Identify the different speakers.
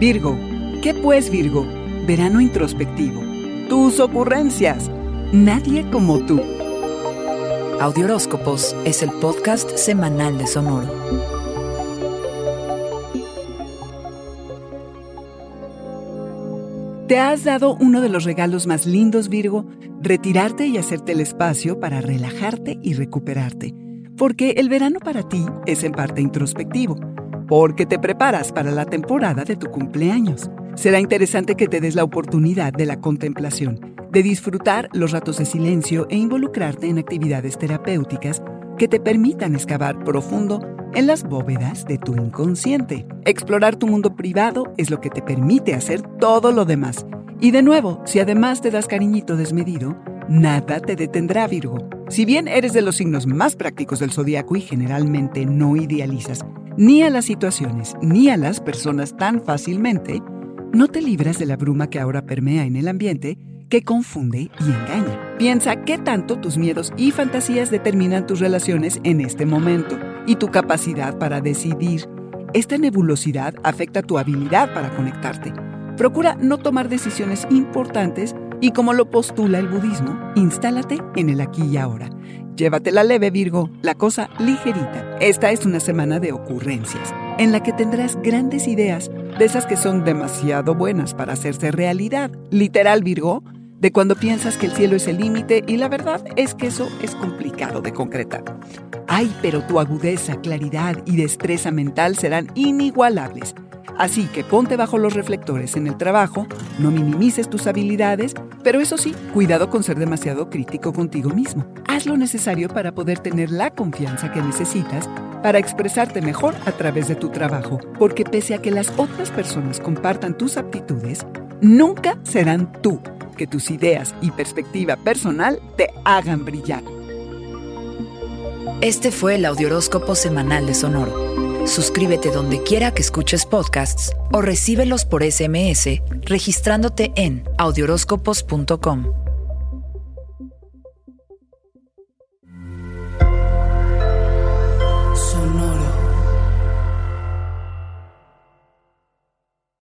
Speaker 1: Virgo. ¿Qué pues, Virgo? Verano introspectivo. Tus ocurrencias. Nadie como tú.
Speaker 2: Audioróscopos es el podcast semanal de Sonoro.
Speaker 1: Te has dado uno de los regalos más lindos, Virgo, retirarte y hacerte el espacio para relajarte y recuperarte. Porque el verano para ti es en parte introspectivo. Porque te preparas para la temporada de tu cumpleaños. Será interesante que te des la oportunidad de la contemplación, de disfrutar los ratos de silencio e involucrarte en actividades terapéuticas que te permitan excavar profundo en las bóvedas de tu inconsciente. Explorar tu mundo privado es lo que te permite hacer todo lo demás. Y de nuevo, si además te das cariñito desmedido, nada te detendrá, Virgo. Si bien eres de los signos más prácticos del zodiaco y generalmente no idealizas ni a las situaciones ni a las personas tan fácilmente, no te libras de la bruma que ahora permea en el ambiente, que confunde y engaña. Piensa qué tanto tus miedos y fantasías determinan tus relaciones en este momento y tu capacidad para decidir. Esta nebulosidad afecta tu habilidad para conectarte. Procura no tomar decisiones importantes y, como lo postula el budismo, instálate en el aquí y ahora. Llévatela leve, Virgo, la cosa ligerita. Esta es una semana de ocurrencias, en la que tendrás grandes ideas, de esas que son demasiado buenas para hacerse realidad. Literal, Virgo, de cuando piensas que el cielo es el límite y la verdad es que eso es complicado de concretar. Ay, pero tu agudeza, claridad y destreza mental serán inigualables. Así que ponte bajo los reflectores en el trabajo, no minimices tus habilidades, pero eso sí, cuidado con ser demasiado crítico contigo mismo. Haz lo necesario para poder tener la confianza que necesitas para expresarte mejor a través de tu trabajo, porque pese a que las otras personas compartan tus aptitudes, nunca serán tú, que tus ideas y perspectiva personal te hagan brillar.
Speaker 2: Este fue el Audioróscopo semanal de Sonoro. Suscríbete donde quiera que escuches podcasts o recíbelos por SMS registrándote en audioróscopos.com.